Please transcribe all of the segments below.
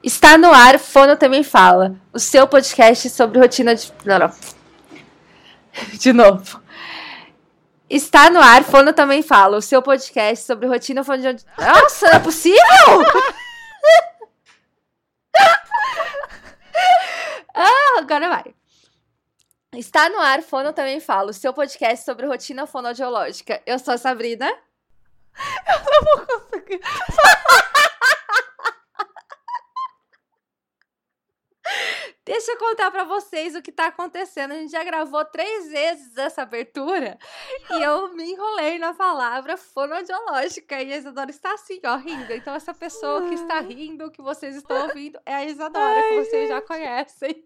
Está no ar, Fono Também Fala, o seu podcast sobre rotina de... Não. De novo. Está no ar, Fono Também Fala, o seu podcast sobre rotina... Nossa, não é possível? Agora vai. Está no ar, Fono Também Fala, o seu podcast sobre rotina fonoaudiológica. Eu sou a Sabrina. Eu não vou conseguir. Deixa eu contar pra vocês o que tá acontecendo. A gente já gravou 3 vezes essa abertura e eu me enrolei na palavra fonoaudiológica. E a Isadora está assim, ó, rindo. Então essa pessoa que está rindo, que vocês estão ouvindo, é a Isadora, que vocês já conhecem.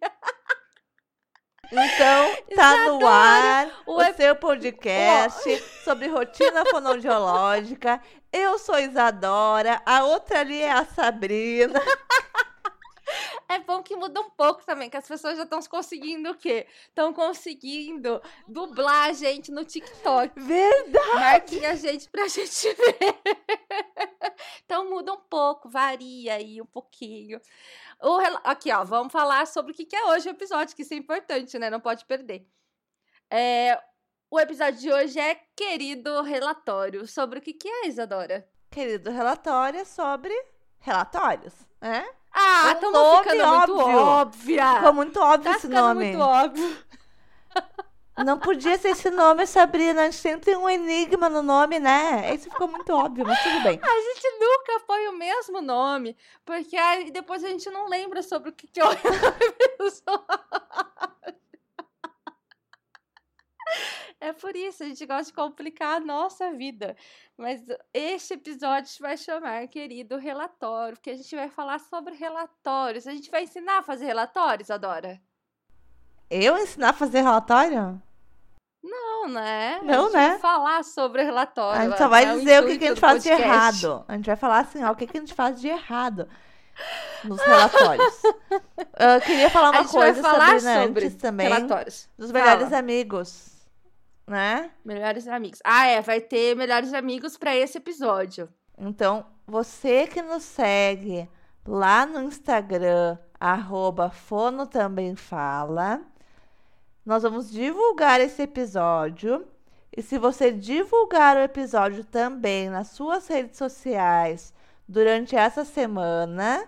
Então, tá no ar o seu podcast sobre rotina fonoaudiológica. Eu sou Isadora, a outra ali é a Sabrina. É bom que muda um pouco também, que as pessoas já estão conseguindo o quê? Estão conseguindo dublar a gente no TikTok. Verdade! Marquem a gente pra gente ver. Então muda um pouco, varia aí um pouquinho. Aqui, ó, vamos falar sobre o que é hoje o episódio, que isso é importante, né? Não pode perder. O episódio de hoje é Querido Relatório. Sobre o que é, Isadora? Querido relatório é sobre relatórios, né? Ah, estamos ficando muito óbvia. Ficou muito óbvio tá esse nome. Muito óbvio. Não podia ser esse nome, Sabrina. A gente sempre tem um enigma no nome, né? Isso ficou muito óbvio, mas tudo bem. A gente nunca põe o mesmo nome, porque aí depois a gente não lembra sobre o que é o episódio. É por isso, a gente gosta de complicar a nossa vida. Mas este episódio vai chamar Querido Relatório, porque a gente vai falar sobre relatórios. A gente vai ensinar a fazer relatórios, Adora? Eu ensinar a fazer relatório? Não, né? Não, né? Vai falar sobre relatório. A gente só vai dizer o que a gente faz de errado. A gente vai falar assim, ó, o que a gente faz de errado nos relatórios. Eu queria falar uma coisa, Sabrina, antes também. Relatórios. Dos melhores amigos. Né? Melhores amigos. Vai ter melhores amigos para esse episódio. Então, você que nos segue lá no Instagram, @Fono Também Fala, nós vamos divulgar esse episódio. E se você divulgar o episódio também nas suas redes sociais durante essa semana,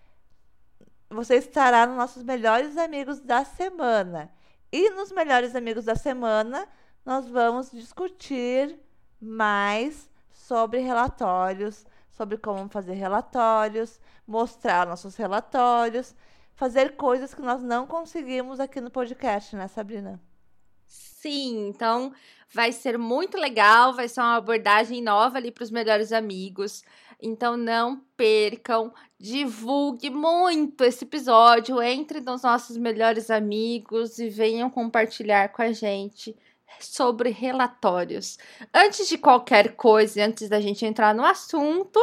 você estará nos nossos melhores amigos da semana. E nos melhores amigos da semana, nós vamos discutir mais sobre relatórios, sobre como fazer relatórios, mostrar nossos relatórios, fazer coisas que nós não conseguimos aqui no podcast, né, Sabrina? Sim, então vai ser muito legal, vai ser uma abordagem nova ali para os melhores amigos. Então não percam, divulgue muito esse episódio, entre nos nossos melhores amigos e venham compartilhar com a gente sobre relatórios. Antes de qualquer coisa, antes da gente entrar no assunto,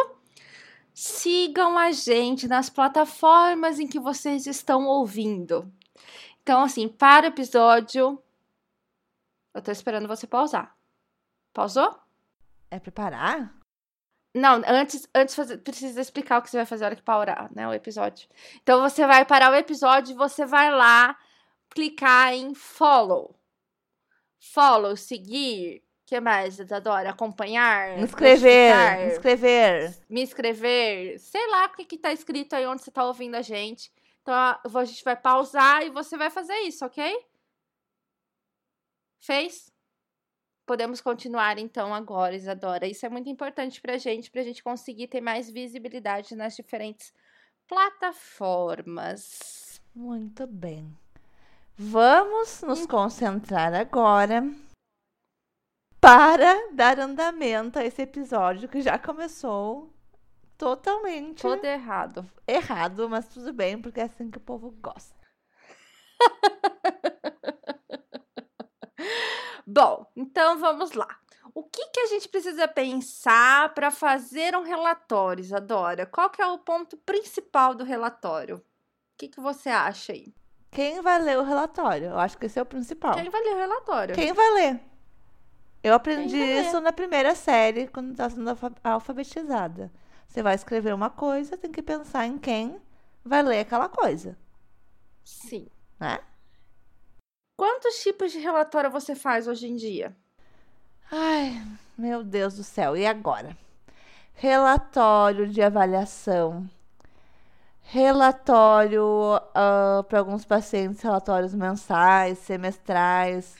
sigam a gente nas plataformas em que vocês estão ouvindo. Então, assim, para o episódio, eu tô esperando você pausar. Pausou? É preparar? Não, antes precisa explicar o que você vai fazer na hora que parar, né, o episódio. Então, você vai parar o episódio e você vai lá clicar em follow. Follow, seguir, o que mais, Isadora? Acompanhar? Me inscrever. Me inscrever. Sei lá o que tá escrito aí onde você tá ouvindo a gente. Então, a gente vai pausar e você vai fazer isso, ok? Fez? Podemos continuar, então, agora, Isadora. Isso é muito importante pra gente conseguir ter mais visibilidade nas diferentes plataformas. Muito bem. Vamos nos concentrar agora para dar andamento a esse episódio que já começou totalmente... Todo errado. Errado, mas tudo bem, porque é assim que o povo gosta. Bom, então vamos lá. O que a gente precisa pensar para fazer um relatório, Isadora? Qual que é o ponto principal do relatório? O que você acha aí? Quem vai ler o relatório? Eu acho que esse é o principal. Quem vai ler o relatório? Quem vai ler? Eu aprendi isso na primeira série, quando estava sendo alfabetizada. Você vai escrever uma coisa, tem que pensar em quem vai ler aquela coisa, Sim. né? Quantos tipos de relatório você faz hoje em dia? Ai, meu Deus do céu, e agora? Relatório de avaliação, relatório para alguns pacientes, relatórios mensais, semestrais,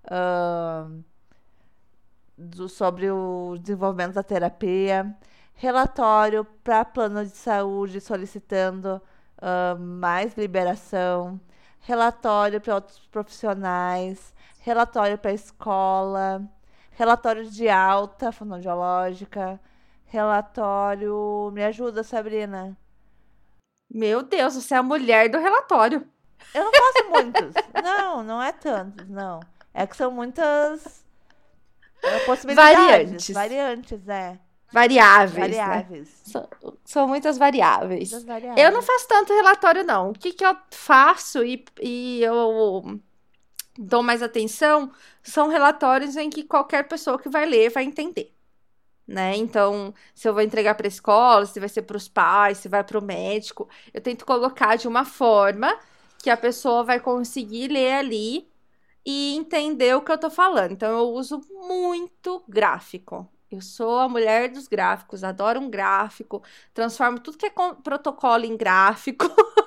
sobre o desenvolvimento da terapia, relatório para plano de saúde solicitando mais liberação, relatório para outros profissionais, relatório para escola, relatório de alta fonoaudiológica, relatório. Me ajuda, Sabrina. Meu Deus, você é a mulher do relatório. Eu não faço muitos. Não, não é tantos, não. É que são muitas possibilidades. Variantes, é. Variáveis, né? Variáveis. São muitas variáveis. Muitas variáveis. Eu não faço tanto relatório, não. O que eu faço e eu dou mais atenção são relatórios em que qualquer pessoa que vai ler vai entender, né? Então, se eu vou entregar para a escola, se vai ser para os pais, se vai para o médico, eu tento colocar de uma forma que a pessoa vai conseguir ler ali e entender o que eu tô falando. Então, eu uso muito gráfico. Eu sou a mulher dos gráficos, adoro um gráfico, transformo tudo que é protocolo em gráfico.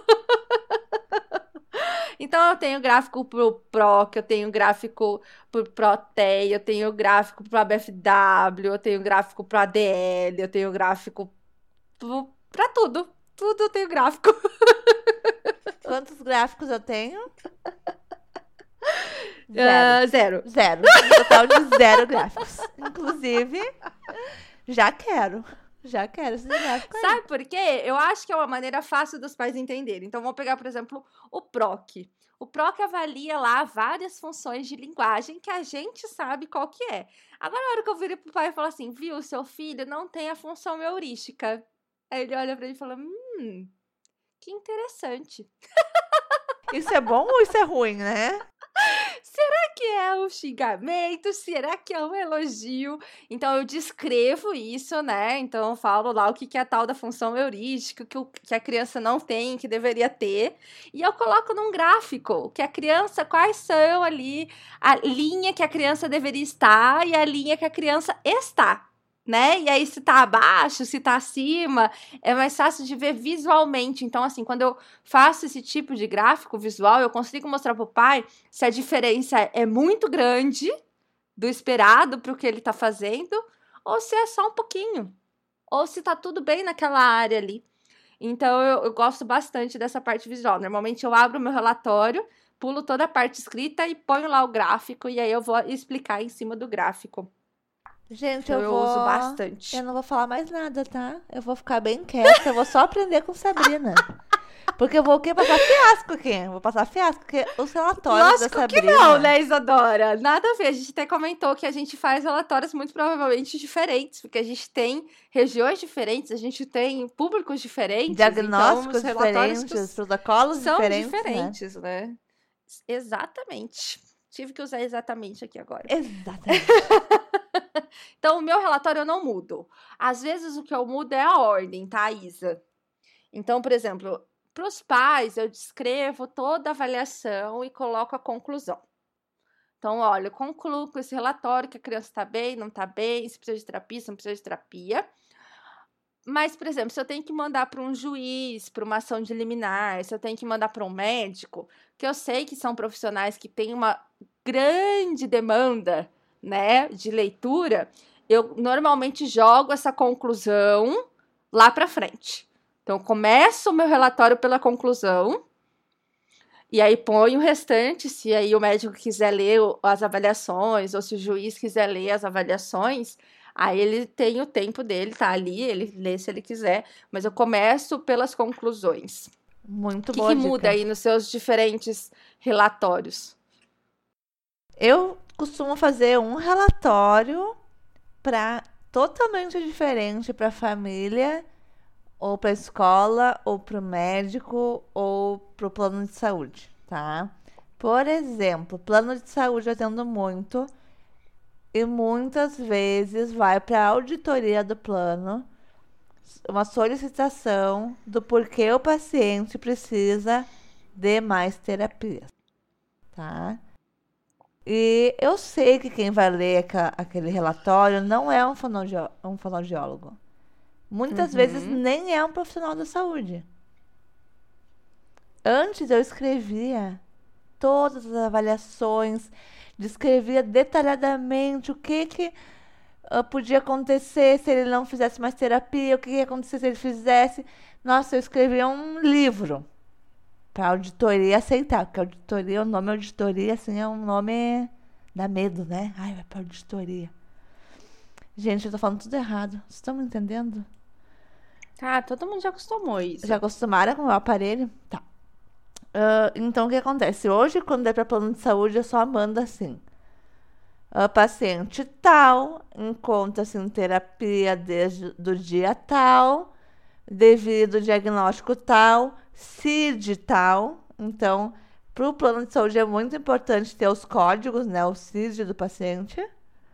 Então, eu tenho gráfico pro PROC, eu tenho gráfico pro PROTEI, eu tenho gráfico pro ABFW, eu tenho gráfico pro ADL, eu tenho gráfico pra tudo. Tudo eu tenho gráfico. Quantos gráficos eu tenho? Zero. Zero. Um total de 0 gráficos. Inclusive, já quero esses gráficos aí. Sabe por quê? Eu acho que é uma maneira fácil dos pais entenderem. Então, vamos pegar, por exemplo, o PROC. O PROC avalia lá várias funções de linguagem que a gente sabe qual que é. Agora, na hora que eu virei pro pai e falo assim, viu, seu filho não tem a função heurística. Aí ele olha pra mim e fala, que interessante. Isso é bom ou isso é ruim, né? Será que é um xingamento? Será que é um elogio? Então, eu descrevo isso, né? Então, eu falo lá o que é a tal da função heurística, que a criança não tem, que deveria ter. E eu coloco num gráfico que a criança, quais são ali a linha que a criança deveria estar e a linha que a criança está, né? E aí, se tá abaixo, se tá acima, é mais fácil de ver visualmente. Então, assim, quando eu faço esse tipo de gráfico visual, eu consigo mostrar pro pai se a diferença é muito grande do esperado pro que ele tá fazendo, ou se é só um pouquinho, ou se tá tudo bem naquela área ali. Então, eu gosto bastante dessa parte visual. Normalmente, eu abro o meu relatório, pulo toda a parte escrita e ponho lá o gráfico, e aí eu vou explicar em cima do gráfico. Gente, Então, eu uso bastante. Eu não vou falar mais nada, tá? Eu vou ficar bem quieta. Eu vou só aprender com Sabrina. Porque eu vou o quê? Passar fiasco aqui. Eu vou passar fiasco, porque os relatórios da Sabrina... Lógico que não, né, Isadora? Nada a ver. A gente até comentou que a gente faz relatórios muito provavelmente diferentes, porque a gente tem regiões diferentes, a gente tem públicos diferentes. Diagnósticos então, diferentes, protocolos são diferentes, né? Exatamente. Tive que usar exatamente aqui agora. Exatamente. Então, o meu relatório eu não mudo. Às vezes, o que eu mudo é a ordem, tá, Isa? Então, por exemplo, para os pais, eu descrevo toda a avaliação e coloco a conclusão. Então, olha, eu concluo com esse relatório que a criança está bem, não está bem, se precisa de terapia, se não precisa de terapia. Mas, por exemplo, se eu tenho que mandar para um juiz, para uma ação de liminar, se eu tenho que mandar para um médico, que eu sei que são profissionais que têm uma grande demanda, né, de leitura, eu normalmente jogo essa conclusão lá para frente. Então, eu começo o meu relatório pela conclusão e aí ponho o restante, se aí o médico quiser ler as avaliações ou se o juiz quiser ler as avaliações, aí ele tem o tempo dele, tá ali, ele lê se ele quiser, mas eu começo pelas conclusões. Muito boa dica. O que muda aí nos seus diferentes relatórios? Eu costumo fazer um relatório totalmente diferente para a família, ou para a escola, ou para o médico, ou para o plano de saúde, tá? Por exemplo, plano de saúde eu atendo muito e muitas vezes vai para a auditoria do plano uma solicitação do porquê o paciente precisa de mais terapias, tá? E eu sei que quem vai ler aquele relatório não é um fonoaudiólogo. Muitas vezes nem é um profissional da saúde. Antes eu escrevia todas as avaliações, descrevia detalhadamente o que podia acontecer se ele não fizesse mais terapia, o que ia acontecer se ele fizesse. Nossa, eu escrevia um livro para a auditoria aceitar, porque auditoria, o nome auditoria, assim, é um nome, dá medo, né? Ai, vai para auditoria. Gente, eu tô falando tudo errado. Vocês estão me entendendo? Tá, todo mundo já acostumou isso. Já acostumaram com o meu aparelho? Tá. Então, o que acontece? Hoje, quando é para plano de saúde, eu só mando assim. Paciente tal, encontra-se em terapia desde do dia tal, devido ao diagnóstico tal, CID tal. Então, para o plano de saúde é muito importante ter os códigos, né? O CID do paciente.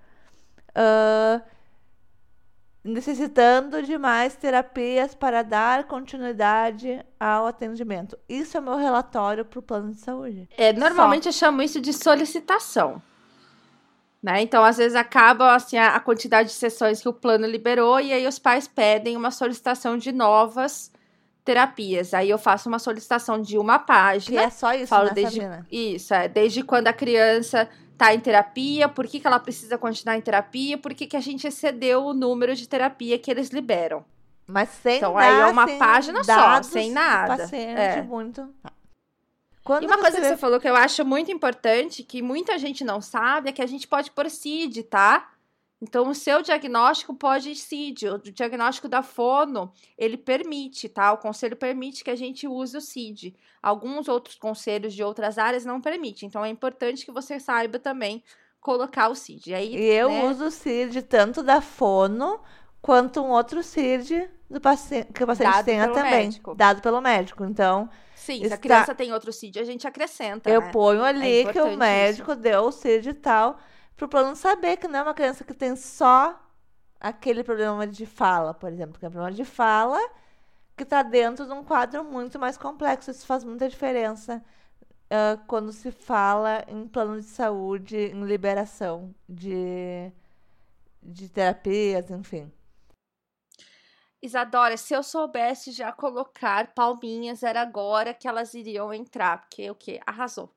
Necessitando de mais terapias para dar continuidade ao atendimento. Isso é o meu relatório para o plano de saúde. Normalmente eu chamo isso de solicitação. Né? Então, às vezes, acaba assim, a quantidade de sessões que o plano liberou e aí os pais pedem uma solicitação de novas terapias. Aí eu faço uma solicitação de uma página. Que é só isso, falo né, Sabrina? Isso, desde quando a criança está em terapia, por que ela precisa continuar em terapia, por que a gente excedeu o número de terapia que eles liberam. Mas sem então, dar, aí é uma página só, sem nada. Paciente, muito... E uma coisa que você falou que eu acho muito importante, que muita gente não sabe, é que a gente pode pôr CID, tá? Então, o seu diagnóstico pode ir CID. O diagnóstico da fono, ele permite, tá? O conselho permite que a gente use o CID. Alguns outros conselhos de outras áreas não permitem. Então, é importante que você saiba também colocar o CID. Aí, e eu uso o CID tanto da fono, quanto um outro CID do paciente, que o paciente tenha também. Dado pelo médico. Então... Sim, se a criança tem outro CID, a gente acrescenta, eu ponho ali que o médico deu o CID e tal, pro plano saber que não é uma criança que tem só aquele problema de fala, por exemplo, que é um problema de fala que tá dentro de um quadro muito mais complexo. Isso faz muita diferença quando se fala em plano de saúde, em liberação de terapias, enfim. Isadora, se eu soubesse já colocar palminhas, era agora que elas iriam entrar, porque o quê? Arrasou.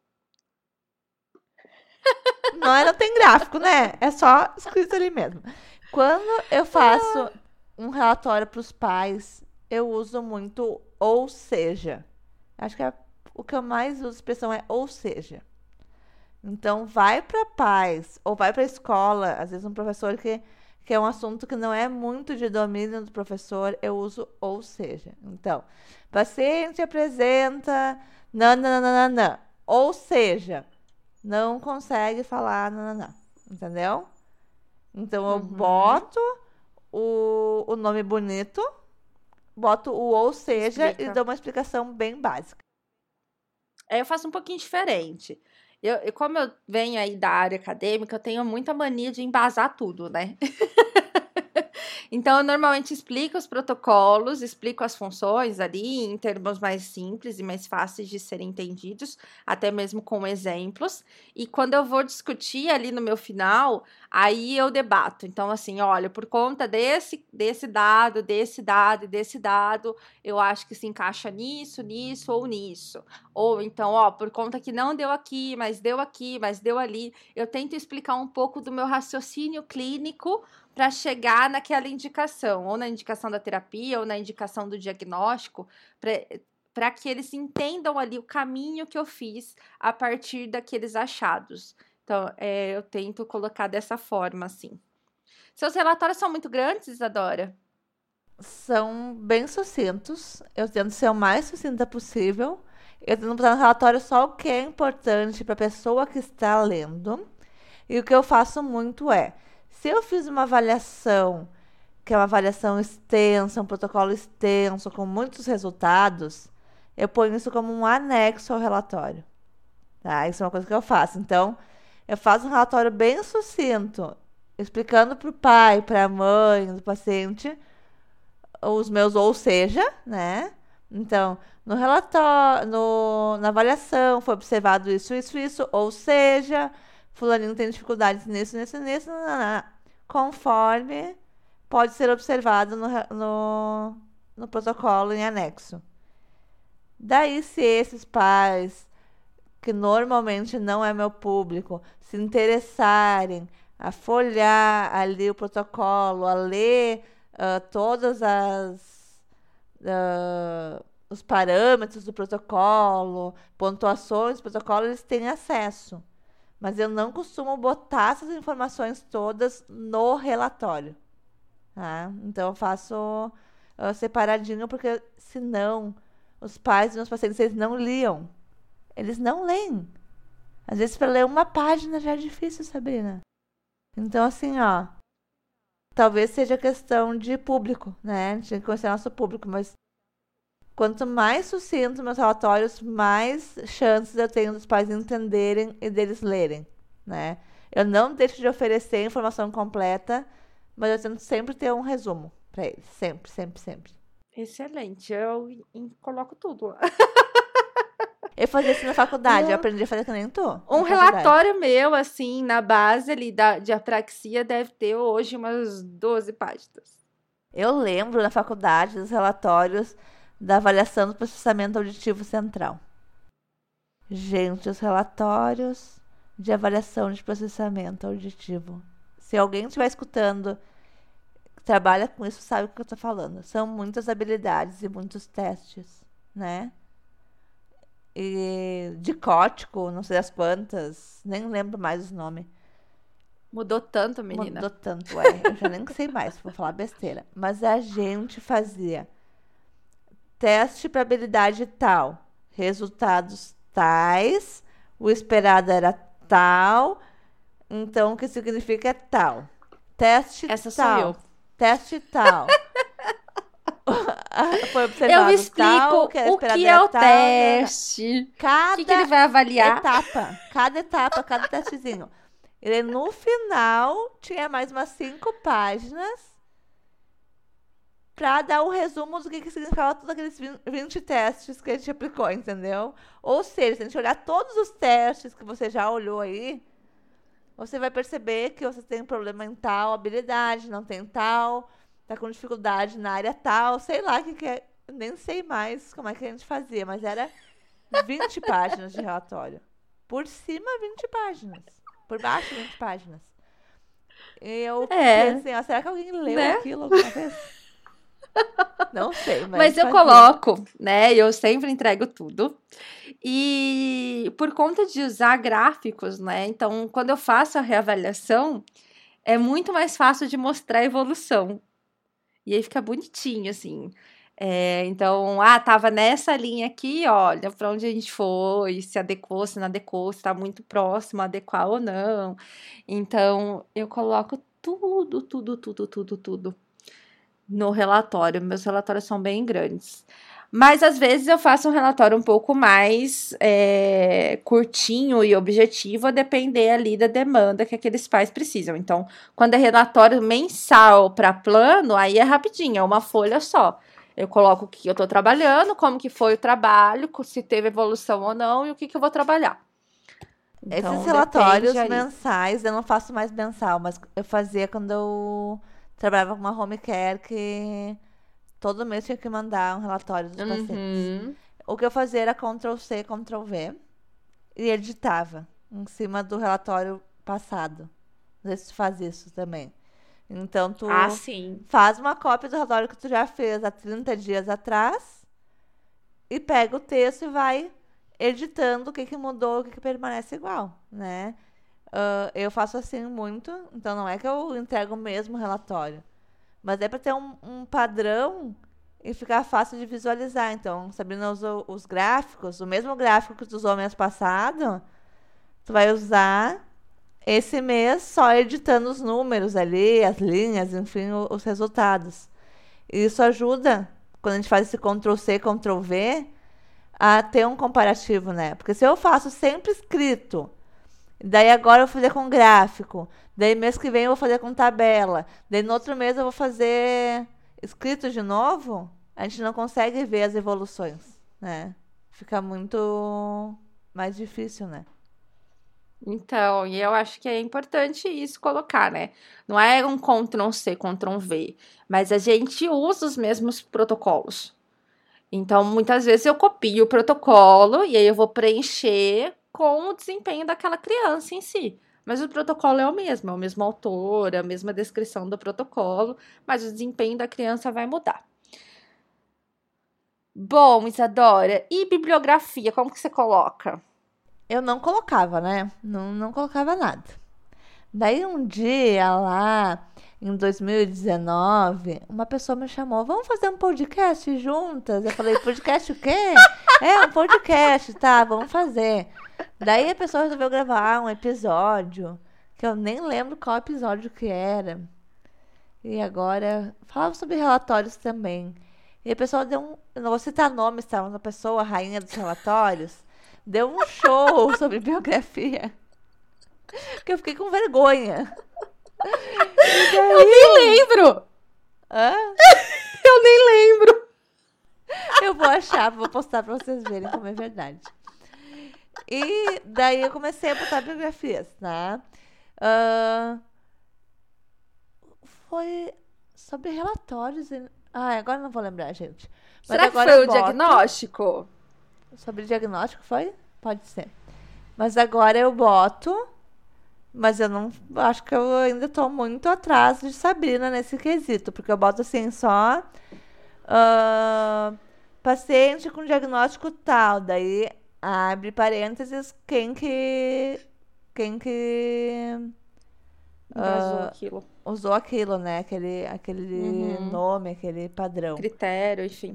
Não tem gráfico, né? É só escrito ali mesmo. Quando eu faço um relatório para os pais, eu uso muito ou seja. Acho que o que eu mais uso expressão é ou seja. Então, vai para pais ou vai para escola, às vezes um professor que é um assunto que não é muito de domínio do professor, eu uso ou seja. Então, paciente apresenta nananana, ou seja, não consegue falar nananã, entendeu? Então, eu boto o nome bonito, boto o ou seja e dou uma explicação bem básica. Eu faço um pouquinho diferente. Como eu venho aí da área acadêmica, eu tenho muita mania de embasar tudo, né? Então, eu normalmente explico os protocolos, explico as funções ali em termos mais simples e mais fáceis de serem entendidos, até mesmo com exemplos. E quando eu vou discutir ali no meu final, aí eu debato. Então, assim, olha, por conta desse dado, e desse dado, eu acho que se encaixa nisso ou nisso. Ou então, por conta que não deu aqui, mas deu ali. Eu tento explicar um pouco do meu raciocínio clínico para chegar naquela indicação, ou na indicação da terapia, ou na indicação do diagnóstico, para que eles entendam ali o caminho que eu fiz a partir daqueles achados. Então, eu tento colocar dessa forma, assim. Seus relatórios são muito grandes, Isadora? São bem sucintos. Eu tento ser o mais sucinta possível. Eu tento botar no relatório só o que é importante para a pessoa que está lendo. E o que eu faço muito se eu fiz uma avaliação, que é uma avaliação extensa, um protocolo extenso, com muitos resultados, eu ponho isso como um anexo ao relatório. Tá? Isso é uma coisa que eu faço. Então, eu faço um relatório bem sucinto, explicando para o pai, para a mãe do paciente, os meus ou seja, né? Então, no relatório, na avaliação, foi observado isso, ou seja, fulaninho tem dificuldades nisso, conforme pode ser observado no protocolo em anexo. Daí, se esses pais, que normalmente não é meu público, se interessarem a folhear ali o protocolo, a ler todas os parâmetros do protocolo, pontuações do protocolo, eles têm acesso. Mas eu não costumo botar essas informações todas no relatório. Tá? Então, eu faço separadinho, porque senão os pais dos meus pacientes, eles não liam. Eles não leem. Às vezes, para ler uma página já é difícil, Sabrina. Então, assim, talvez seja questão de público, né? A gente tem que conhecer nosso público, mas quanto mais sucinto meus relatórios, mais chances eu tenho dos pais entenderem e deles lerem, né? Eu não deixo de oferecer a informação completa, mas eu tento sempre ter um resumo para eles. Sempre, sempre, sempre. Excelente. Eu coloco tudo lá. Eu fazia isso na faculdade, eu aprendi a fazer que nem tu. Um relatório meu, assim, na base ali de apraxia, deve ter hoje umas 12 páginas. Eu lembro na faculdade dos relatórios da avaliação do processamento auditivo central. Gente, os relatórios de avaliação de processamento auditivo. Se alguém estiver escutando, trabalha com isso, sabe o que eu estou falando. São muitas habilidades e muitos testes, né? E de cótico, não sei das quantas, nem lembro mais o nome. Mudou tanto, menina. Mudou tanto, eu já nem sei mais, vou falar besteira. Mas a gente fazia teste para habilidade tal, resultados tais, o esperado era tal, então o que significa é tal. Teste Essa tal. sou eu. Teste tal. Foi observado eu explico tal, o que é o tal, teste, o que ele vai avaliar. Cada etapa, cada testezinho. E no final tinha mais umas 5 páginas para dar um resumo do que significava todos aqueles 20 testes que a gente aplicou, entendeu? Ou seja, se a gente olhar todos os testes que você já olhou aí, você vai perceber que você tem um problema em tal habilidade, não tem tal, tá com dificuldade na área tal, sei lá o que é, nem sei mais como é que a gente fazia, mas era 20 páginas de relatório. Por cima, 20 páginas. Por baixo, 20 páginas. E eu pensei, será que alguém leu aquilo alguma vez? Não sei, mas eu coloco, né? Eu sempre entrego tudo. E por conta de usar gráficos, né? Então, quando eu faço a reavaliação, é muito mais fácil de mostrar a evolução. E aí fica bonitinho, assim. Então, tava nessa linha aqui, olha, para onde a gente foi, se adequou, se não adequou, se tá muito próximo, adequar ou não. Então, eu coloco tudo no relatório. Meus relatórios são bem grandes. Mas, às vezes, eu faço um relatório um pouco mais curtinho e objetivo, a depender ali da demanda que aqueles pais precisam. Então, quando é relatório mensal para plano, aí é rapidinho, é uma folha só. Eu coloco o que eu estou trabalhando, como que foi o trabalho, se teve evolução ou não, e o que eu vou trabalhar. Então, esses relatórios mensais, eu não faço mais mensal, mas eu fazia quando eu trabalhava com uma home care que todo mês tinha que mandar um relatório dos pacientes. O que eu fazia era Ctrl+C, Ctrl+V e editava em cima do relatório passado. Não sei se tu faz isso também. Então, tu faz uma cópia do relatório que tu já fez há 30 dias atrás e pega o texto e vai editando o que mudou, o que permanece igual, né? Eu faço assim muito, então não é que eu entrego o mesmo relatório, mas é para ter um padrão e ficar fácil de visualizar. Então, Sabrina usou os gráficos, o mesmo gráfico que tu usou mês passado, tu vai usar esse mês só editando os números ali, as linhas, enfim, os resultados. E isso ajuda, quando a gente faz esse Ctrl+C, Ctrl+V, a ter um comparativo, né? Porque se eu faço sempre escrito, daí agora eu vou fazer com gráfico, daí mês que vem eu vou fazer com tabela, daí no outro mês eu vou fazer escrito de novo, a gente não consegue ver as evoluções, né? Fica muito mais difícil, né? Então, e eu acho que é importante isso colocar, né? Não é um Ctrl+C, Ctrl+V, mas a gente usa os mesmos protocolos. Então, muitas vezes eu copio o protocolo e aí eu vou preencher com o desempenho daquela criança em si. Mas o protocolo é o mesmo autor, a mesma descrição do protocolo, mas o desempenho da criança vai mudar. Bom, Isadora, e bibliografia, como que você coloca? Eu não colocava, né? Não colocava nada. Daí um dia lá, em 2019, uma pessoa me chamou, vamos fazer um podcast juntas? Eu falei, podcast o quê? Um podcast, tá, vamos fazer. Daí a pessoa resolveu gravar um episódio, que eu nem lembro qual episódio que era. E agora, falava sobre relatórios também. E a pessoa deu eu não vou citar nomes, tá? Uma pessoa, a rainha dos relatórios, deu um show sobre biografia. Que eu fiquei com vergonha. E daí... Eu nem lembro! Hã? Eu nem lembro! Eu vou achar, vou postar pra vocês verem como é verdade. E daí eu comecei a botar biografias, tá? Foi sobre relatórios. Agora não vou lembrar, gente. Mas Será que agora foi eu o boto... diagnóstico? Sobre diagnóstico, foi? Pode ser. Mas agora eu boto... Mas eu não acho que eu ainda tô muito atrás de Sabrina nesse quesito, porque eu boto assim só paciente com diagnóstico tal, daí abre parênteses quem que Vazou aquilo. usou aquilo, né? Aquele nome, aquele padrão. Critério, enfim.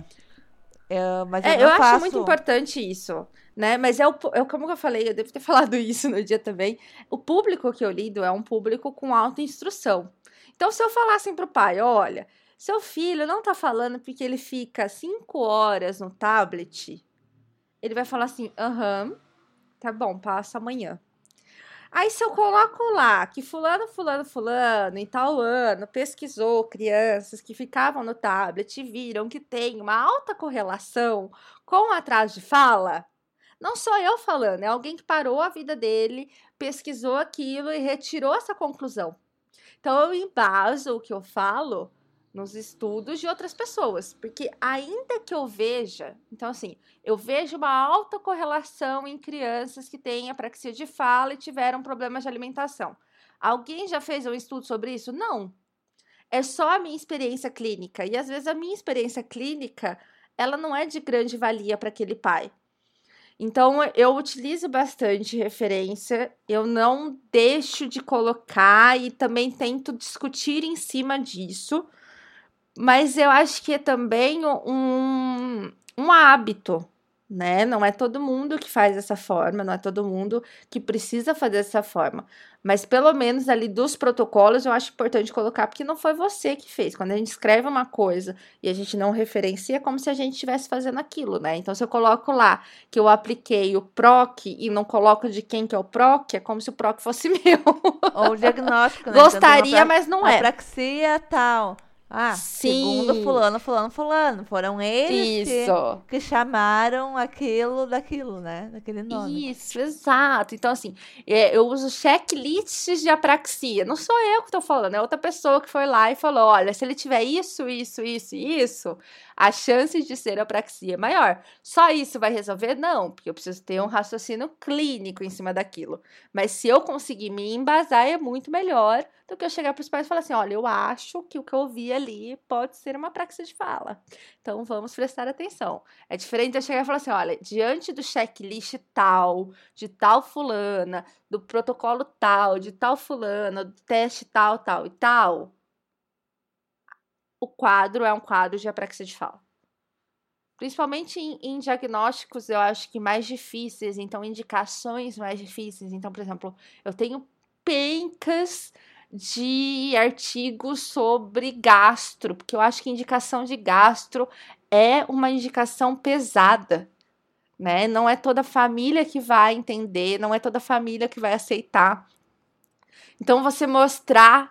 Mas eu acho muito importante isso, né? Mas como eu falei, eu devo ter falado isso no dia também. O público que eu lido é um público com alta instrução. Então, se eu falar assim pro pai, olha, seu filho não tá falando porque ele fica 5 horas no tablet, ele vai falar assim, tá bom, passa amanhã. Aí, se eu coloco lá que fulano, em tal ano, pesquisou crianças que ficavam no tablet e viram que tem uma alta correlação com atraso de fala, não sou eu falando, é alguém que parou a vida dele, pesquisou aquilo e retirou essa conclusão. Então, eu embaso o que eu falo nos estudos de outras pessoas, porque ainda que eu veja, então assim, eu vejo uma alta correlação em crianças que têm apraxia de fala e tiveram problemas de alimentação. Alguém já fez um estudo sobre isso? Não. É só a minha experiência clínica, e às vezes a minha experiência clínica, ela não é de grande valia para aquele pai. Então, eu utilizo bastante referência, eu não deixo de colocar e também tento discutir em cima disso, mas eu acho que é também um hábito, né? Não é todo mundo que faz dessa forma, não é todo mundo que precisa fazer dessa forma. Mas pelo menos ali dos protocolos eu acho importante colocar, porque não foi você que fez. Quando a gente escreve uma coisa e a gente não referencia, é como se a gente estivesse fazendo aquilo, né? Então, se eu coloco lá que eu apliquei o PROC e não coloco de quem que é o PROC, é como se o PROC fosse meu. Ou o diagnóstico, né? Gostaria, mas não é. Apraxia tal. Sim. Segundo fulano. Foram eles que chamaram aquilo daquilo, né? Daquele nome. Isso, exato. Então, assim, eu uso checklists de apraxia. Não sou eu que estou falando, é outra pessoa que foi lá e falou, olha, se ele tiver isso, a chance de ser apraxia é maior. Só isso vai resolver? Não, porque eu preciso ter um raciocínio clínico em cima daquilo. Mas se eu conseguir me embasar, é muito melhor do que eu chegar para os pais e falar assim, olha, eu acho que o que eu vi ali pode ser uma apraxia de fala. Então, vamos prestar atenção. É diferente de eu chegar e falar assim, olha, diante do checklist tal, de tal fulana, do protocolo tal, de tal fulana, do teste tal e tal, o quadro é um quadro de apraxia de fala. Principalmente em diagnósticos, eu acho que mais difíceis, então indicações mais difíceis. Então, por exemplo, eu tenho pencas de artigos sobre gastro, porque eu acho que indicação de gastro é uma indicação pesada, né? Não é toda família que vai entender, não é toda família que vai aceitar. Então, você mostrar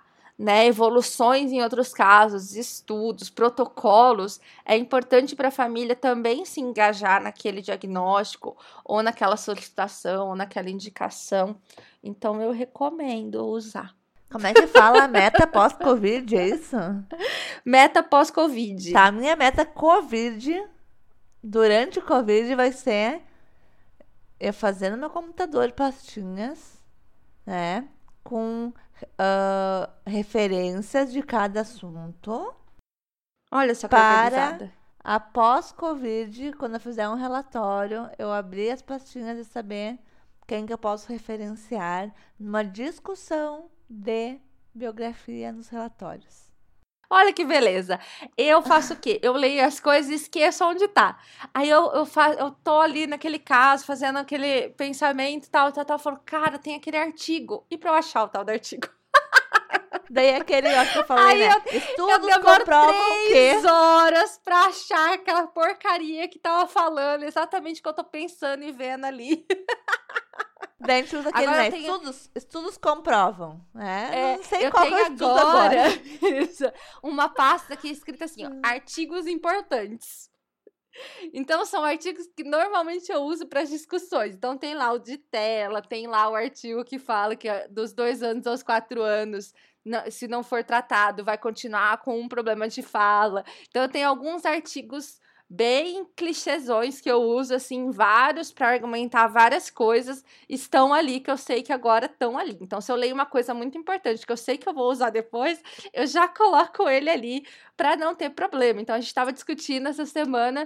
né, evoluções em outros casos, estudos, protocolos, é importante para a família também se engajar naquele diagnóstico, ou naquela solicitação, ou naquela indicação. Então, eu recomendo usar. Como é que fala meta pós-Covid, é isso? Meta pós-Covid. Tá, a minha meta Covid, durante o Covid, vai ser eu fazer no meu computador pastinhas, né? Com referências de cada assunto. Olha só que para organizada. após Covid, quando eu fizer um relatório, eu abrir as pastinhas e saber quem que eu posso referenciar numa discussão de biografia nos relatórios. Olha que beleza. Eu faço o quê? Eu leio as coisas e esqueço onde tá. Aí eu tô ali naquele caso, fazendo aquele pensamento, tal, falo, cara, tem aquele artigo. E pra eu achar o tal do artigo? Daí aquele que eu falei, Aí né? eu Estudos demoro comprovam 3 horas pra achar aquela porcaria que tava falando exatamente o que eu tô pensando e vendo ali. Daí a gente usa aquele, Agora né? eu tenho- Estudos comprovam, né? Não sei eu qual que tenho é o estudo agora. isso, uma pasta aqui escrita assim, ó, artigos importantes. Então, são artigos que normalmente eu uso para as discussões. Então, tem lá o de tela, tem lá o artigo que fala que dos 2 anos aos 4 anos, se não for tratado, vai continuar com um problema de fala. Então, eu tenho alguns artigos bem clichêsões que eu uso, assim, vários para argumentar várias coisas, estão ali, que eu sei que agora estão ali. Então, se eu leio uma coisa muito importante, que eu sei que eu vou usar depois, eu já coloco ele ali para não ter problema. Então, a gente estava discutindo essa semana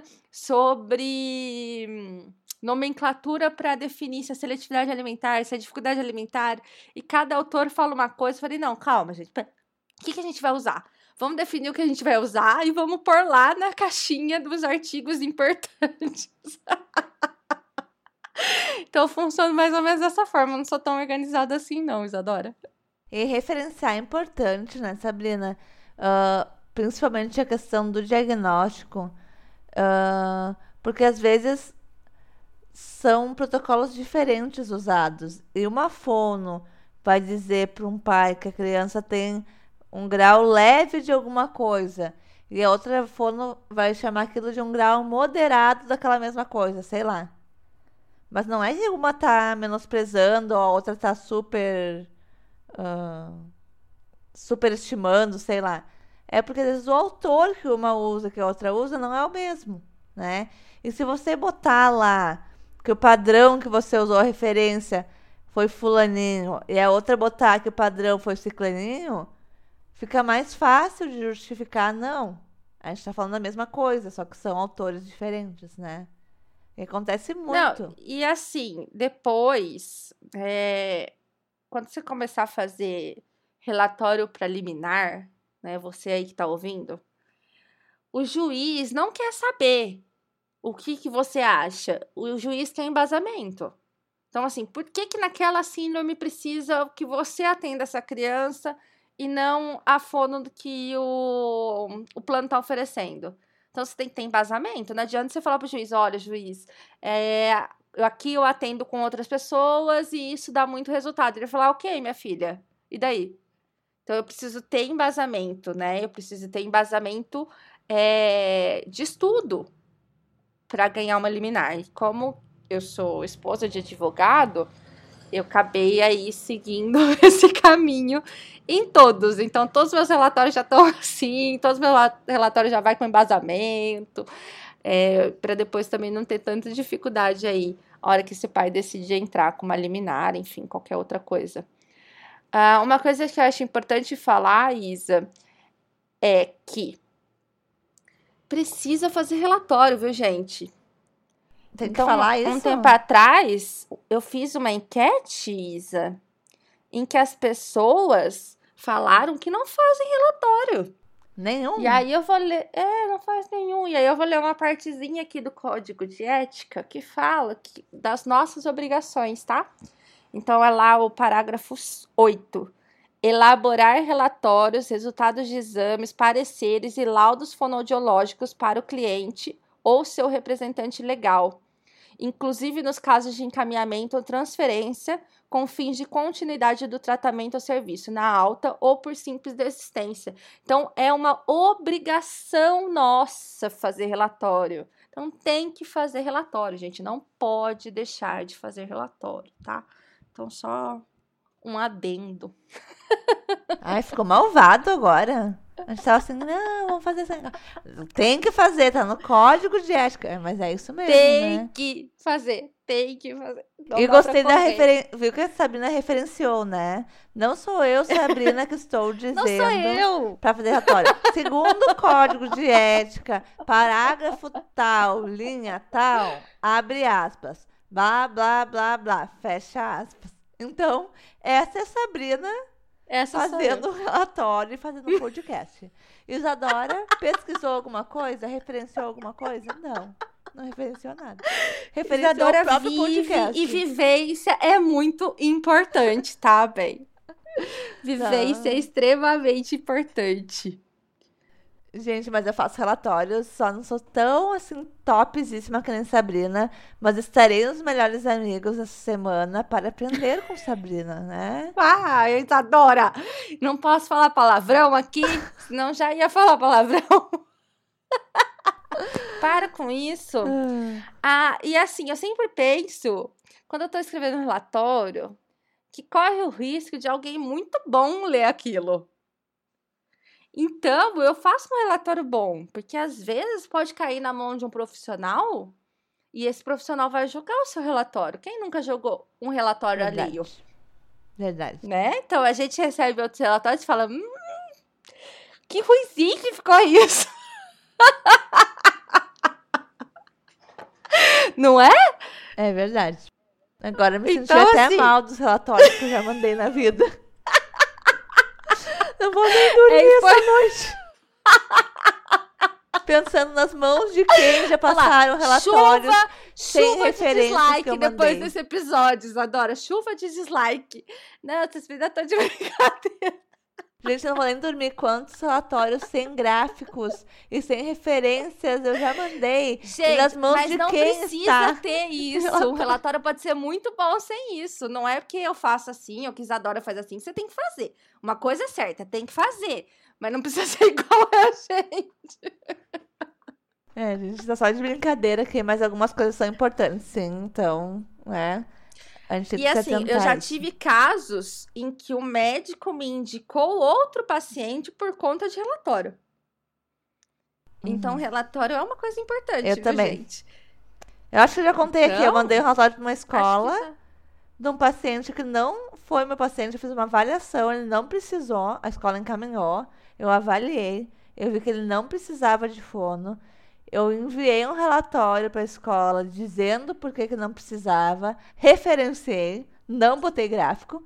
sobre nomenclatura para definir se é seletividade alimentar, se é dificuldade alimentar, e cada autor fala uma coisa. Eu falei, não, calma, gente, o que a gente vai usar? Vamos definir o que a gente vai usar e vamos pôr lá na caixinha dos artigos importantes. Então, funciona mais ou menos dessa forma. Eu não sou tão organizada assim, não, Isadora. E referenciar é importante, né, Sabrina? Principalmente a questão do diagnóstico. Porque às vezes são protocolos diferentes usados. E uma fono vai dizer para um pai que a criança tem um grau leve de alguma coisa. E a outra fono vai chamar aquilo de um grau moderado daquela mesma coisa, sei lá. Mas não é que uma tá menosprezando, a outra tá superestimando, sei lá. É porque às vezes o autor que uma usa, que a outra usa, não é o mesmo, né? E se você botar lá que o padrão que você usou a referência foi fulaninho e a outra botar que o padrão foi ciclaninho, fica mais fácil de justificar, não. A gente tá falando a mesma coisa, só que são autores diferentes, né? E acontece muito. Não, e assim, depois, quando você começar a fazer relatório preliminar, né, você aí que tá ouvindo, o juiz não quer saber o que você acha. O juiz quer embasamento. Então, assim, por que naquela síndrome precisa que você atenda essa criança e não a fono que o plano está oferecendo? Então, você tem que ter embasamento. Não adianta você falar para o juiz, olha, juiz, aqui eu atendo com outras pessoas e isso dá muito resultado. Ele vai falar, ok, minha filha, e daí? Então, eu preciso ter embasamento, né? Eu preciso ter embasamento de estudo para ganhar uma liminar. E como eu sou esposa de advogado, eu acabei aí seguindo esse caminho em todos. Então, todos os meus relatórios já estão assim, todos os meus relatórios já vai com embasamento, para depois também não ter tanta dificuldade aí, a hora que esse pai decide entrar com uma liminar, enfim, qualquer outra coisa. Uma coisa que eu acho importante falar, Isa, é que precisa fazer relatório, viu, gente? Tem que falar isso? Um tempo atrás, eu fiz uma enquete, Isa, em que as pessoas falaram que não fazem relatório. Nenhum? E aí eu vou ler... não faz nenhum. E aí eu vou ler uma partezinha aqui do Código de Ética que fala das nossas obrigações, tá? Então, é lá o parágrafo 8. Elaborar relatórios, resultados de exames, pareceres e laudos fonoaudiológicos para o cliente ou seu representante legal, inclusive nos casos de encaminhamento ou transferência, com fins de continuidade do tratamento ou serviço, na alta ou por simples desistência. Então, é uma obrigação nossa fazer relatório. Então, tem que fazer relatório, gente. Não pode deixar de fazer relatório, tá? Então, só um adendo. Ai, ficou malvado agora. A gente tava assim, não, vamos fazer assim. Tem que fazer, tá no código de ética. Mas é isso mesmo, Tem que fazer. Não E dá gostei pra da correr. referência. Viu que a Sabrina referenciou, né? Não sou eu, Sabrina, que estou dizendo. Não sou eu. Para fazer relatório. Segundo o código de ética, parágrafo tal, linha tal, abre aspas. Blá, blá, blá, blá. Fecha aspas. Então, essa é a Sabrina Essa sou eu. fazendo relatório e fazendo um podcast. Isadora pesquisou alguma coisa? Referenciou alguma coisa? Não referenciou nada. Referenciou Isadora o próprio vive podcast. e vivência é muito importante, tá, bem? Vivência é extremamente importante. Gente, mas eu faço relatórios, só não sou tão, assim, topzíssima que nem Sabrina, mas estarei nos Melhores Amigos essa semana para aprender com Sabrina, né? Ah, Isadora! Não posso falar palavrão aqui, senão já ia falar palavrão. Para com isso. Ah, e assim, eu sempre penso, quando eu tô escrevendo um relatório, que corre o risco de alguém muito bom ler aquilo. Então, eu faço um relatório bom, porque às vezes pode cair na mão de um profissional e esse profissional vai julgar o seu relatório. Quem nunca jogou um relatório alheio? Verdade. Né? Então, a gente recebe outros relatórios e fala, que ruizinho que ficou isso. Não é? É verdade. Agora me senti Então, até assim- mal dos relatórios que eu já mandei na vida. Não vou nem dormir essa noite. Pensando nas mãos de quem já passaram relatórios sem chuva de referências que dislike eu depois mandei. desse episódio, Isadora. Chuva de dislike. Não, essas vidas estão de brincadeira. Gente, eu não vou nem dormir. Quantos relatórios sem gráficos e sem referências eu já mandei. E Gente, nas mãos mas de não quem precisa está. ter isso. O relatório pode ser muito bom sem isso. Não é porque eu faço assim ou que Isadora faz assim. Você tem que fazer. Uma coisa é certa, tem que fazer. Mas não precisa ser igual a gente. É, a gente tá só de brincadeira aqui, mas algumas coisas são importantes, sim. Então, né? A gente tem E que se assim, eu atentar já a isso. tive casos em que o médico me indicou outro paciente por conta de relatório. Então, relatório é uma coisa importante, Eu viu, também. gente? Eu acho que eu já contei aqui. Eu Então, mandei um relatório pra uma Acho que escola já- de um paciente que não foi meu paciente. Eu fiz uma avaliação, ele não precisou. A escola encaminhou. Eu avaliei. Eu vi que ele não precisava de fono. Eu enviei um relatório para a escola dizendo por que não precisava. Referenciei. Não botei gráfico.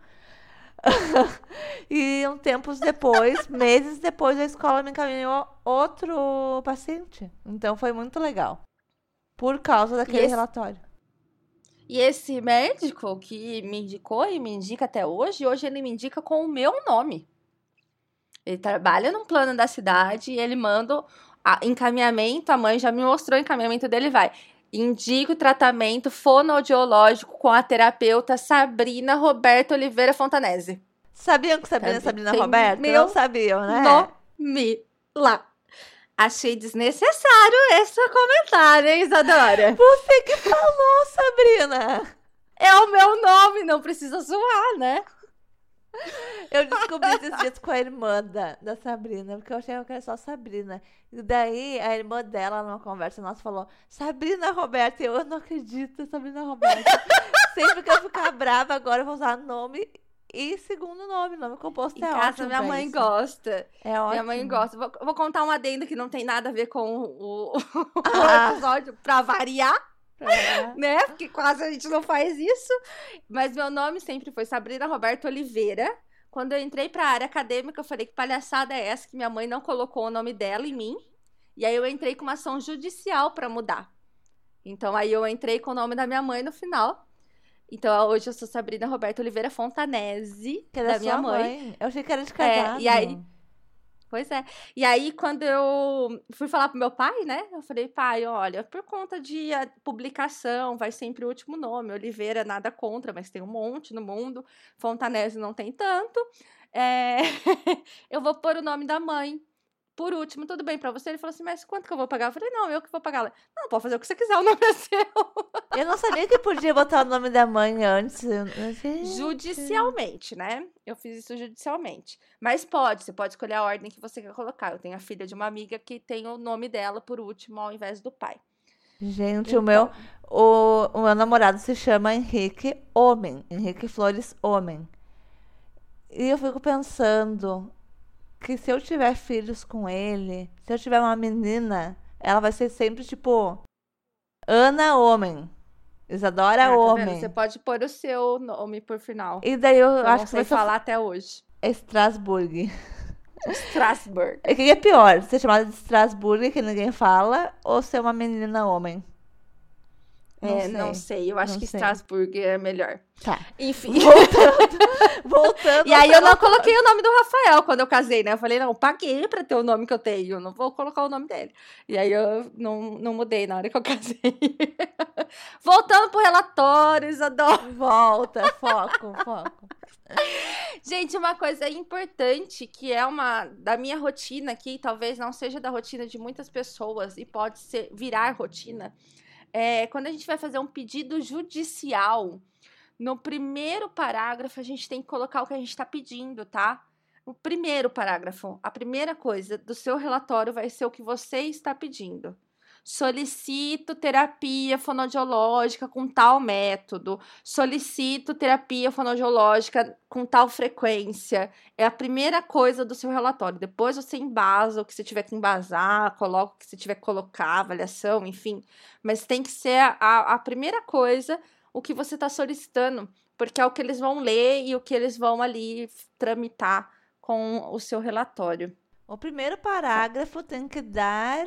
E tempos depois, meses depois, a escola me encaminhou outro paciente. Então foi muito legal. Por causa daquele esse- relatório. E esse médico que me indicou e me indica até hoje ele me indica com o meu nome. Ele trabalha num plano da cidade e ele manda encaminhamento, a mãe já me mostrou o encaminhamento dele, vai. Indica o tratamento fonoaudiológico com a terapeuta Sabrina Roberta Oliveira Fontanese. Sabiam que Sabrina é Também Sabrina tem Roberta? meu Não sabiam, né? Nome lá. Achei desnecessário esse comentário, hein, Isadora? Você que falou, Sabrina! É o meu nome, não precisa zoar, né? Eu descobri esses dias com a irmã da Sabrina, porque eu achei que era só Sabrina. E daí a irmã dela, numa conversa nossa, falou: Sabrina Roberta. Eu não acredito, Sabrina Roberta. Sempre que eu ficar brava, agora eu vou usar nome e segundo nome. Nome composto Em é casa, ótimo. minha pra mãe isso. gosta. É ótimo. Minha mãe gosta. Vou contar um adendo que não tem nada a ver com o Ah. episódio, pra variar, É. né? Porque quase a gente não faz isso. Mas meu nome sempre foi Sabrina Roberta Oliveira. Quando eu entrei pra área acadêmica, eu falei que palhaçada é essa que minha mãe não colocou o nome dela em mim. E aí eu entrei com uma ação judicial pra mudar. Então aí eu entrei com o nome da minha mãe no final. Então hoje eu sou Sabrina Roberta Oliveira Fontanese, Que era da minha sua mãe. Eu achei que era de casado. e aí- Pois é. E aí, quando eu fui falar pro meu pai, né? Eu falei, pai, olha, por conta de publicação, vai sempre o último nome. Oliveira, nada contra, mas tem um monte no mundo. Fontanese não tem tanto. Eu vou pôr o nome da mãe. Por último, tudo bem pra você? Ele falou assim, mas quanto que eu vou pagar? Eu falei, não, eu que vou pagar. Não, pode fazer o que você quiser, o nome é seu. Eu não sabia que podia botar o nome da mãe antes. Judicialmente, né? Eu fiz isso judicialmente. Mas você pode escolher a ordem que você quer colocar. Eu tenho a filha de uma amiga que tem o nome dela por último, ao invés do pai. Gente, Então, o meu namorado se chama Henrique Homem. Henrique Flores Homem. E eu fico pensando que se eu tiver filhos com ele, se eu tiver uma menina, ela vai ser sempre tipo Ana Homem, Isadora tá vendo? Homem. Você pode pôr o seu nome por final. E daí eu Eu acho não que sei vai ser falar até hoje. Strasbourg. Strasbourg. O que é pior? Ser chamada de Strasbourg, que ninguém fala, ou ser uma menina homem? Não sei. Eu acho Não que sei. Strasbourg é melhor. Tá. Enfim. Voltando. E aí eu não coloquei o nome do Rafael quando eu casei, né? Eu falei, não, paguei pra ter o nome que eu tenho, não vou colocar o nome dele. E aí eu não mudei na hora que eu casei. Voltando pro relatório, Isadora. Volta, foco. Gente, uma coisa importante que é uma da minha rotina aqui, talvez não seja da rotina de muitas pessoas e pode virar rotina, quando a gente vai fazer um pedido judicial, no primeiro parágrafo a gente tem que colocar o que a gente está pedindo, tá? No primeiro parágrafo, a primeira coisa do seu relatório vai ser o que você está pedindo. Solicito terapia fonoaudiológica com tal método. Solicito terapia fonoaudiológica com tal frequência. É a primeira coisa do seu relatório. Depois você embasa o que você tiver que embasar, coloca o que você tiver que colocar, avaliação, enfim. Mas tem que ser a primeira coisa o que você está solicitando, porque é o que eles vão ler e o que eles vão ali tramitar com o seu relatório. O primeiro parágrafo tem que dar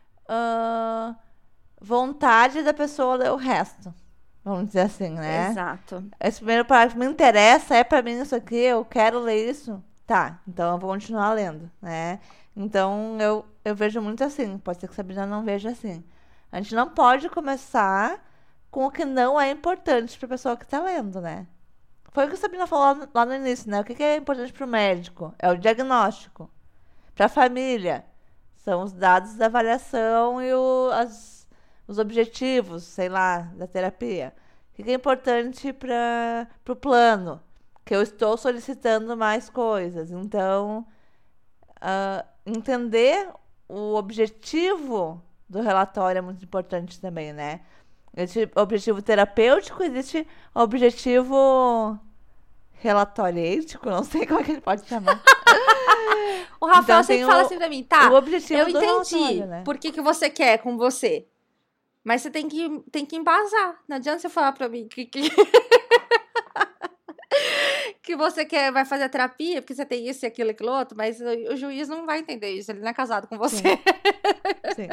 vontade da pessoa ler o resto. Vamos dizer assim, né? Exato. Esse primeiro parágrafo me interessa, é pra mim isso aqui, eu quero ler isso. Tá, então eu vou continuar lendo, né? Então eu vejo muito assim, pode ser que a Sabrina não veja assim. A gente não pode começar com o que não é importante pra pessoa que tá lendo, né? Foi o que a Sabrina falou lá no início, né? O que é importante pro médico? É o diagnóstico. Pra família, são os dados da avaliação e os objetivos, sei lá, da terapia. O que é importante para o plano? Que eu estou solicitando mais coisas. Então, entender o objetivo do relatório é muito importante também, né? Existe objetivo terapêutico, existe objetivo relatoriêtico, não sei como é que ele pode chamar. O Rafael Então, sempre tem fala assim pra mim, tá, o objetivo eu do entendi relatório, né? por que você quer com você, mas você tem que embasar. Não adianta você falar pra mim que você vai fazer a terapia porque você tem isso e aquilo e aquilo outro, mas o juiz não vai entender isso, ele não é casado com você. Sim.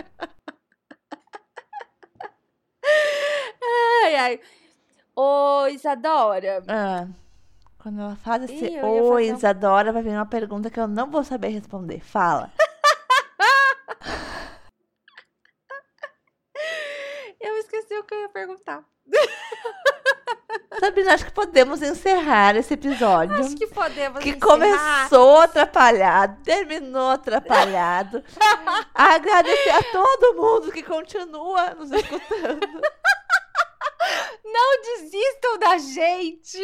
Ai. Ô, Isadora. Quando ela faz esse Ih, eu ia oi, fazer Isadora, vai vir uma pergunta que eu não vou saber responder. Fala. Eu esqueci o que eu ia perguntar. Sabrina, acho que podemos encerrar esse episódio. Acho que podemos Que encerrar. começou atrapalhado, terminou atrapalhado. Agradecer a todo mundo que continua nos escutando. Não desistam da gente.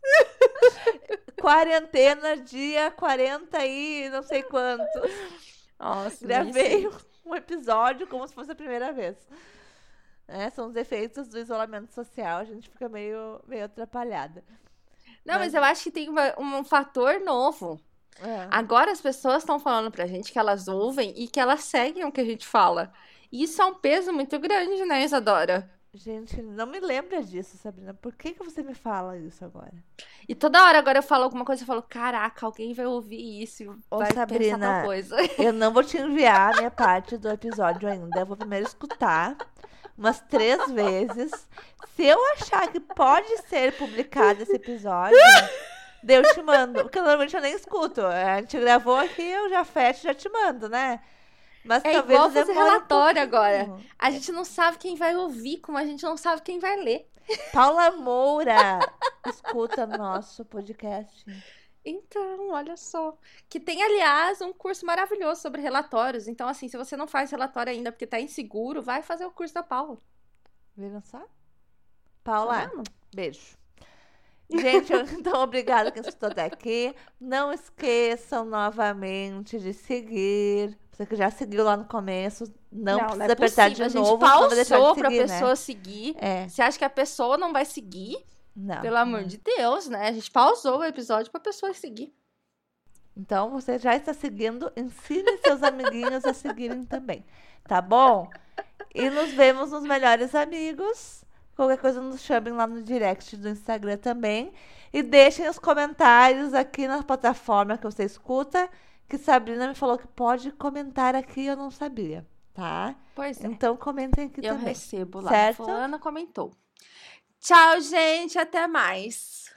Quarentena, dia 40 e não sei quanto. Nossa, Gravei um episódio como se fosse a primeira vez. São os efeitos do isolamento social, a gente fica meio atrapalhada. Não, mas eu acho que tem um fator novo. Agora as pessoas estão falando pra gente que elas ouvem e que elas seguem o que a gente fala. E isso é um peso muito grande, né, Isadora? Gente, não me lembra disso, Sabrina. Por que você me fala isso agora? E toda hora agora eu falo alguma coisa e falo, caraca, alguém vai ouvir isso e vai Sabrina, pensar tal coisa. Eu não vou te enviar a minha parte do episódio ainda. Eu vou primeiro escutar umas 3 vezes. Se eu achar que pode ser publicado esse episódio, Daí eu te mando. Porque normalmente eu nem escuto. A gente gravou aqui, eu já fecho e já te mando, né? Mas É talvez igual fazer demore um relatório agora. pouquinho. A gente não sabe quem vai ouvir, como a gente não sabe quem vai ler. Paula Moura escuta nosso podcast. Então, olha só. Que tem, aliás, um curso maravilhoso sobre relatórios. Então, assim, se você não faz relatório ainda porque tá inseguro, vai fazer o curso da Paula. Viram só? Tá Paula, vendo? beijo. Gente, então obrigada quem escutou até aqui. Não esqueçam novamente de seguir. Você que já seguiu lá no começo, não precisa é apertar possível. de A novo, gente senão vai deixar de pausou pra seguir, pessoa né? seguir. É, Você acha que a pessoa não vai seguir? não. Pelo amor de Deus, né? A gente pausou o episódio pra pessoa seguir. Então, você já está seguindo, ensine seus amiguinhos a seguirem também, tá bom? E nos vemos nos Melhores Amigos. Qualquer coisa nos chamem lá no direct do Instagram também. E deixem os comentários aqui na plataforma que você escuta, que Sabrina me falou que pode comentar aqui, eu não sabia, tá? Pois é. Então comentem aqui Eu também. recebo lá. Certo? Fulana comentou. Tchau, gente. Até mais.